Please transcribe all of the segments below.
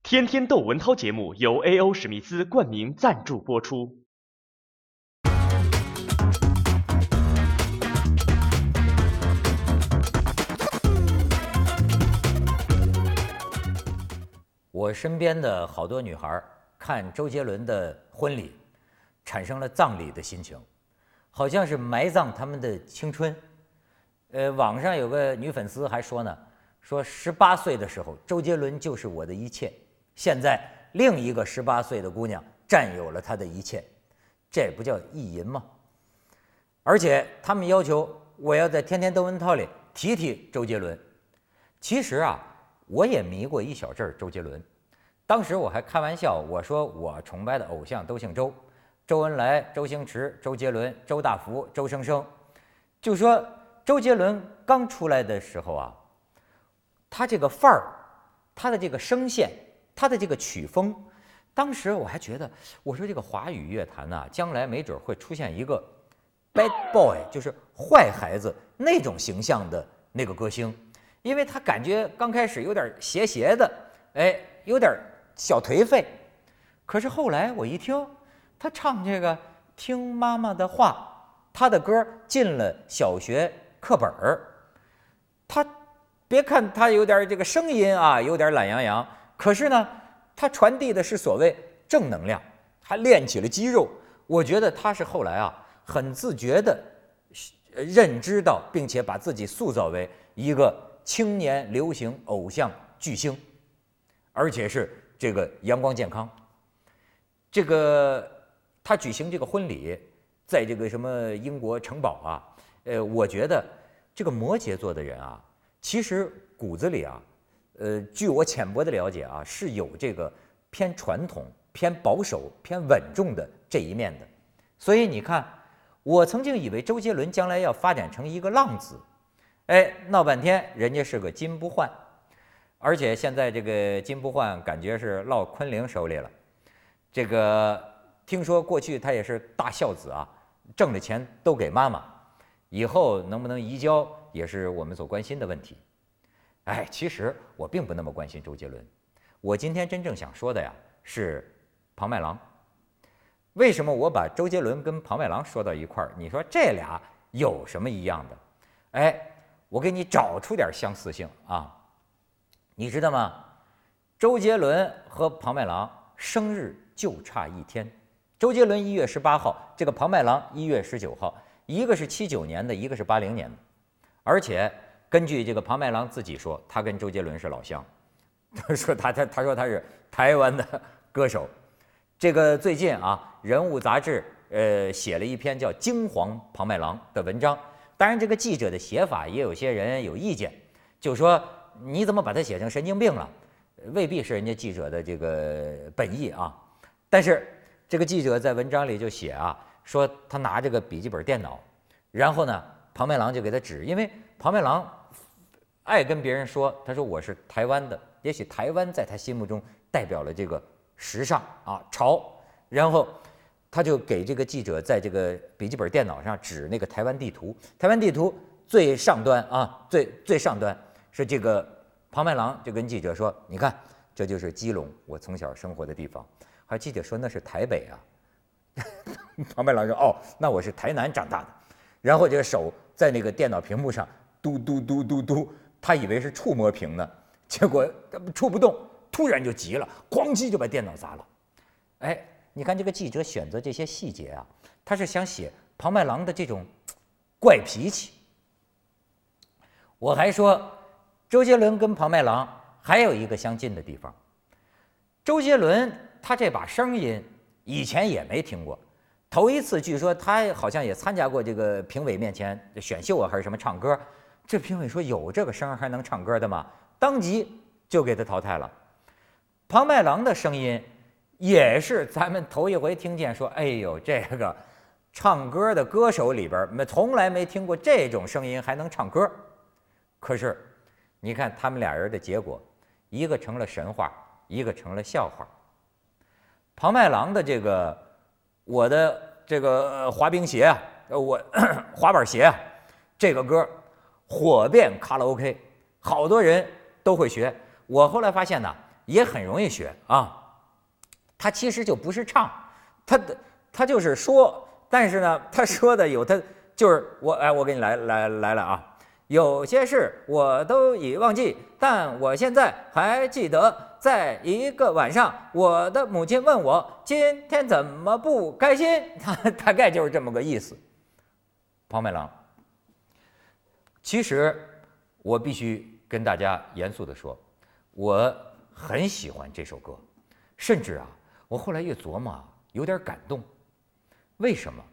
天天窦文涛节目由 A.O. 史密斯冠名赞助播出。 我身边的好多女孩看周杰伦的婚礼，产生了葬礼的心情，好像是埋葬他们的青春。网上有个女粉丝还说呢，说18岁的时候周杰伦就是我的一切，现在另一个18岁的姑娘占有了他的一切，这不叫意淫吗？而且他们要求我要在天天窦文涛里提提周杰伦。其实啊，我也迷过一小阵儿周杰伦，当时我还开玩笑，我说我崇拜的偶像都姓周，周恩来、周星驰、周杰伦、周大福、周生生。就说周杰伦刚出来的时候啊，他这个范儿，他的这个声线，他的这个曲风，当时我还觉得，我说这个华语乐坛啊，将来没准会出现一个 bad boy， 就是坏孩子那种形象的那个歌星，因为他感觉刚开始有点邪邪的，有点小颓废。可是后来我一听他唱这个听妈妈的话，他的歌进了小学课本儿，他别看他有点这个声音啊，有点懒洋洋，可是呢，他传递的是所谓正能量，还练起了肌肉。我觉得他是后来啊，很自觉的认知到，并且把自己塑造为一个青年流行偶像巨星，而且是这个阳光健康。这个他举行这个婚礼，在这个什么英国城堡啊，我觉得这个摩羯座的人啊，其实骨子里啊，据我浅薄的了解啊，是有这个偏传统、偏保守、偏稳重的这一面的。所以你看，我曾经以为周杰伦将来要发展成一个浪子，闹半天人家是个金不换，而且现在这个金不换感觉是落昆凌手里了。这个听说过去他也是大孝子啊，挣的钱都给妈妈，以后能不能移交也是我们所关心的问题。其实我并不那么关心周杰伦，我今天真正想说的呀是庞麦郎。为什么我把周杰伦跟庞麦郎说到一块儿？你说这俩有什么一样的？我给你找出点相似性啊。你知道吗？周杰伦和庞麦郎生日就差一天，周杰伦1月18号，这个庞麦郎1月19号，一个是79年的，一个是80年的。而且根据这个庞麦郎自己说，他跟周杰伦是老乡，他说他是台湾的歌手。这个最近啊，人物杂志写了一篇叫《惊惶庞麦郎》的文章。当然，这个记者的写法也有些人有意见，就说你怎么把他写成神经病了？未必是人家记者的这个本意啊。但是这个记者在文章里就写啊，说他拿这个笔记本电脑，然后呢，庞麦郎就给他指，因为庞麦郎爱跟别人说，他说我是台湾的，也许台湾在他心目中代表了这个时尚啊潮，然后他就给这个记者在这个笔记本电脑上指那个台湾地图，台湾地图最上端啊，最上端是这个庞麦郎就跟记者说，你看这就是基隆，我从小生活的地方。还记者说那是台北啊，庞麦郎说哦，那我是台南长大的。然后这个手在那个电脑屏幕上嘟嘟嘟嘟嘟，他以为是触摸屏呢，结果触不动，突然就急了，咣叽就把电脑砸了。你看这个记者选择这些细节啊，他是想写庞麦郎的这种怪脾气。我还说周杰伦跟庞麦郎还有一个相近的地方，周杰伦他这把声音以前也没听过，头一次据说他好像也参加过这个评委面前选秀啊还是什么唱歌，这评委说有这个声还能唱歌的吗？当即就给他淘汰了。庞麦郎的声音也是咱们头一回听见说，哎呦，这个唱歌的歌手里边从来没听过这种声音还能唱歌。可是你看他们俩人的结果，一个成了神话，一个成了笑话。庞麦郎的这个我的这个滑冰鞋啊，我滑板鞋啊，这个歌火遍卡拉 OK， 好多人都会学。我后来发现呢， 也很容易学啊。他其实就不是唱，他就是说，但是呢，他说的有他就是我给你来了啊。有些事我都已忘记，但我现在还记得，在一个晚上，我的母亲问我今天怎么不开心，大概就是这么个意思。庞麦郎，其实我必须跟大家严肃地说，我很喜欢这首歌，甚至啊，我后来越琢磨，有点感动。为什么？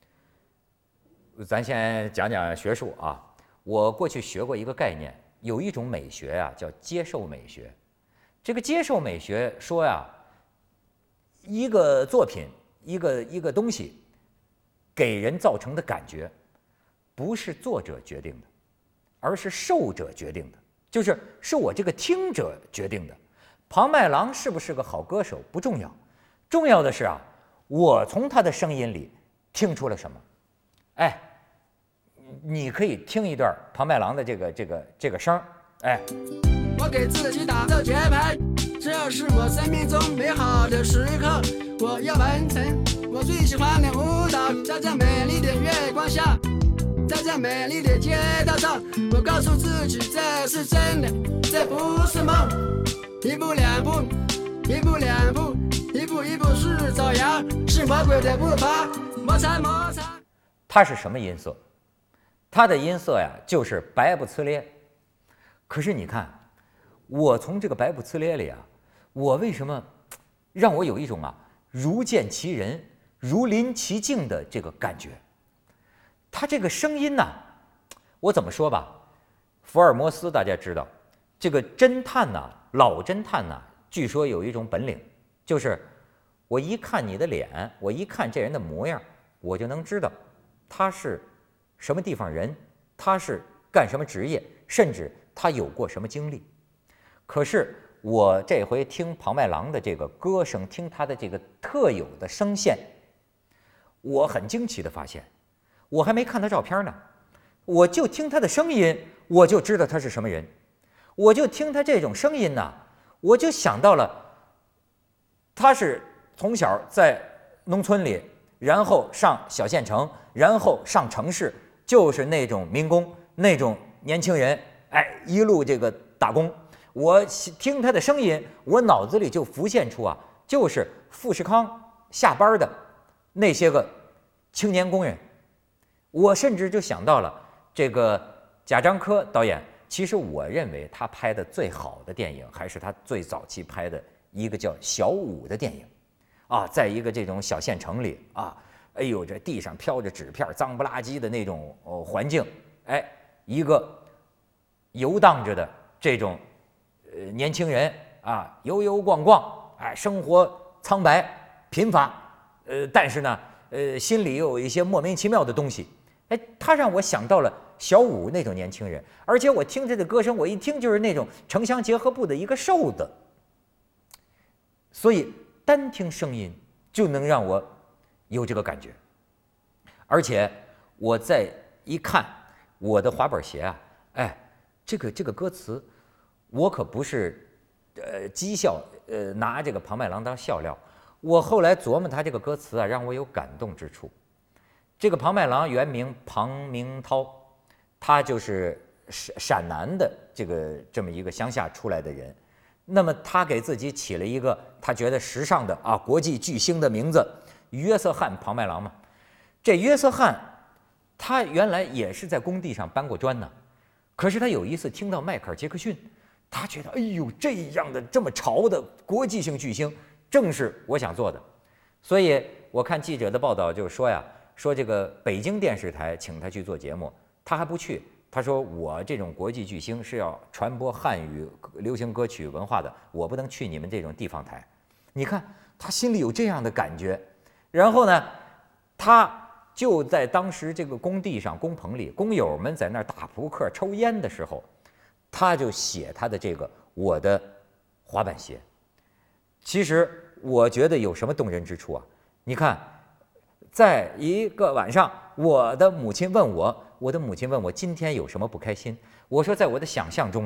咱先讲讲学术啊。我过去学过一个概念，有一种美学呀，叫接受美学。这个接受美学说呀，一个作品，一个东西，给人造成的感觉，不是作者决定的，而是受者决定的，是我这个听者决定的。庞麦郎是不是个好歌手不重要，重要的是啊，我从他的声音里听出了什么。哎。你可以听一段庞麦郎的这个声，哎。 我给自己打的节拍，这是我生命中美好的时刻。我要完成我最喜欢的舞蹈，在这美丽的月光下，在这美丽的街道上，我告诉自己这是真的，这不是梦。一步两步，一步两步，一步一步是走摇，是魔鬼的步伐，摩擦摩擦。 它是什么音色？它的音色呀，就是白不呲咧。可是你看，我从这个白不呲咧里啊，我为什么让我有一种啊如见其人、如临其境的这个感觉？他这个声音呢，我怎么说吧？福尔摩斯大家知道，这个侦探呐，老侦探呐，据说有一种本领，就是我一看你的脸，我一看这人的模样，我就能知道他是什么地方人，他是干什么职业，甚至他有过什么经历。可是我这回听庞麦郎的这个歌声，听他的这个特有的声线，我很惊奇地发现，我还没看他照片呢，我就听他的声音，我就知道他是什么人。我就听他这种声音呢，我就想到了他是从小在农村里，然后上小县城，然后上城市，就是那种民工，那种年轻人，哎，一路这个打工。我听他的声音，我脑子里就浮现出啊，就是富士康下班的那些个青年工人。我甚至就想到了这个贾樟柯导演，其实我认为他拍的最好的电影，还是他最早期拍的一个叫《小五》的电影，啊，在一个这种小县城里啊，哎呦，这地上飘着纸片，脏不拉几的那种环境，哎，一个游荡着的这种年轻人啊，游游逛逛，哎，生活苍白贫乏，但是呢，心里又有一些莫名其妙的东西，哎，他让我想到了小五那种年轻人，而且我听这个歌声，我一听就是那种城乡结合部的一个瘦子，所以单听声音就能让我有这个感觉。而且我再一看我的滑板鞋啊，哎，这个歌词，我可不是讥笑拿这个庞麦郎当笑料。我后来琢磨他这个歌词啊，让我有感动之处。这个庞麦郎原名庞明涛，他就是陕南的这么一个乡下出来的人。那么他给自己起了一个他觉得时尚的啊国际巨星的名字，约瑟翰庞麦郎嘛。这约瑟翰他原来也是在工地上搬过砖呢，可是他有一次听到迈克尔·杰克逊，他觉得哎呦，这样的这么潮的国际性巨星，正是我想做的。所以我看记者的报道就是说呀，说这个北京电视台请他去做节目，他还不去。他说我这种国际巨星是要传播汉语流行歌曲文化的，我不能去你们这种地方台。你看他心里有这样的感觉。然后呢，他就在当时这个工地上工棚里，工友们在那儿打扑克抽烟的时候，他就写他的这个我的滑板鞋。其实我觉得有什么动人之处啊？你看，在一个晚上，我的母亲问我今天有什么不开心。我说在我的想象中啊，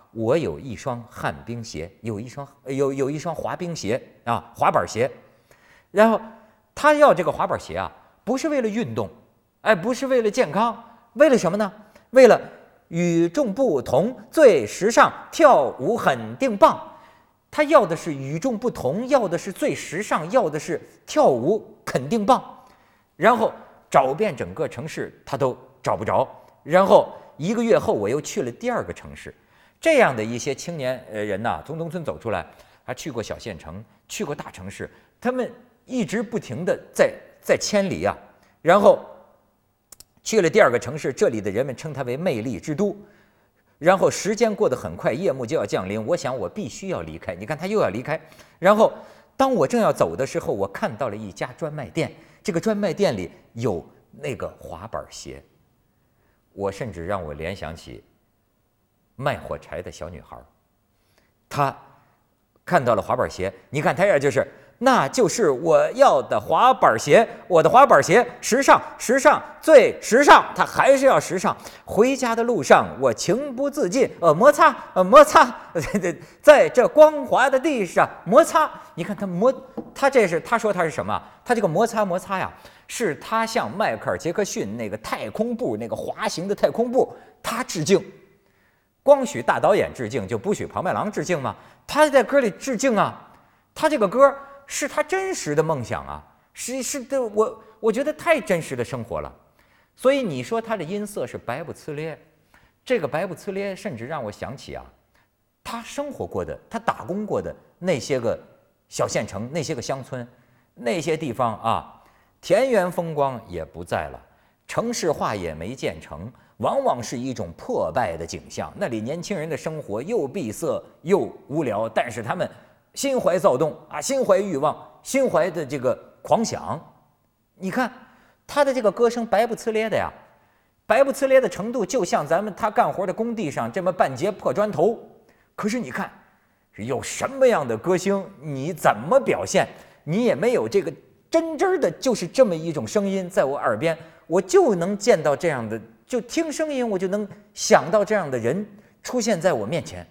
我有一双旱冰鞋，有一双滑冰鞋啊，滑板鞋。然后他要这个滑板鞋啊，不是为了运动，哎，不是为了健康，为了什么呢？为了与众不同，最时尚，跳舞很定棒。他要的是与众不同，要的是最时尚，要的是跳舞肯定棒。然后找遍整个城市，他都找不着。然后1个月后，我又去了第2个城市。这样的一些青年人呐，从农村走出来，还去过小县城，去过大城市，他们一直不停地在千里啊。然后去了第2个城市，这里的人们称它为魅力之都。然后时间过得很快，夜幕就要降临，我想我必须要离开。你看他又要离开。然后当我正要走的时候，我看到了一家专卖店，这个专卖店里有那个滑板鞋，我甚至让我联想起卖火柴的小女孩。她看到了滑板鞋，你看她呀，那就是我要的滑板鞋，我的滑板鞋时尚，时尚最时尚，它还是要时尚。回家的路上，我情不自禁，摩擦，在这光滑的地上摩擦。你看他说他是什么？他这个摩擦呀，是他向迈克尔·杰克逊那个太空步那个滑行的太空步，他致敬。光许大导演致敬，就不许庞麦郎致敬吗？他在歌里致敬啊，他这个歌是他真实的梦想啊，是的，我觉得太真实的生活了。所以你说他的音色是白不呲咧，这个白不呲咧，甚至让我想起啊，他生活过的，他打工过的那些个小县城，那些个乡村，那些地方啊，田园风光也不在了，城市化也没建成，往往是一种破败的景象。那里年轻人的生活又闭塞又无聊，但是他们心怀躁动啊，心怀欲望，心怀的这个狂想。你看他的这个歌声白不呲咧的呀，白不呲咧的程度就像他干活的工地上这么半截破砖头。可是你看有什么样的歌星，你怎么表现，你也没有这个真的就是这么一种声音在我耳边，我就能见到这样的，就听声音我就能想到这样的人出现在我面前。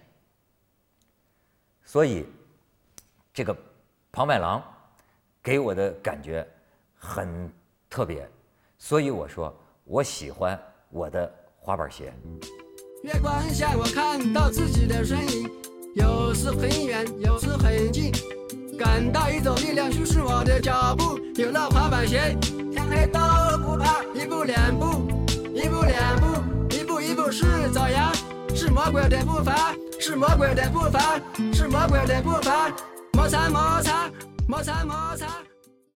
所以这个庞麦郎给我的感觉很特别，所以我说我喜欢我的滑板鞋。 月光下我看到自己的身影，有时很远，有时很近，感到一种力量驱使我的脚步。有了滑板鞋，天黑都不怕，一步两步，一步两步，一步一步是朝阳，是魔鬼的步伐，是魔鬼的步伐，是魔鬼的步伐。摩擦摩擦摩擦摩擦。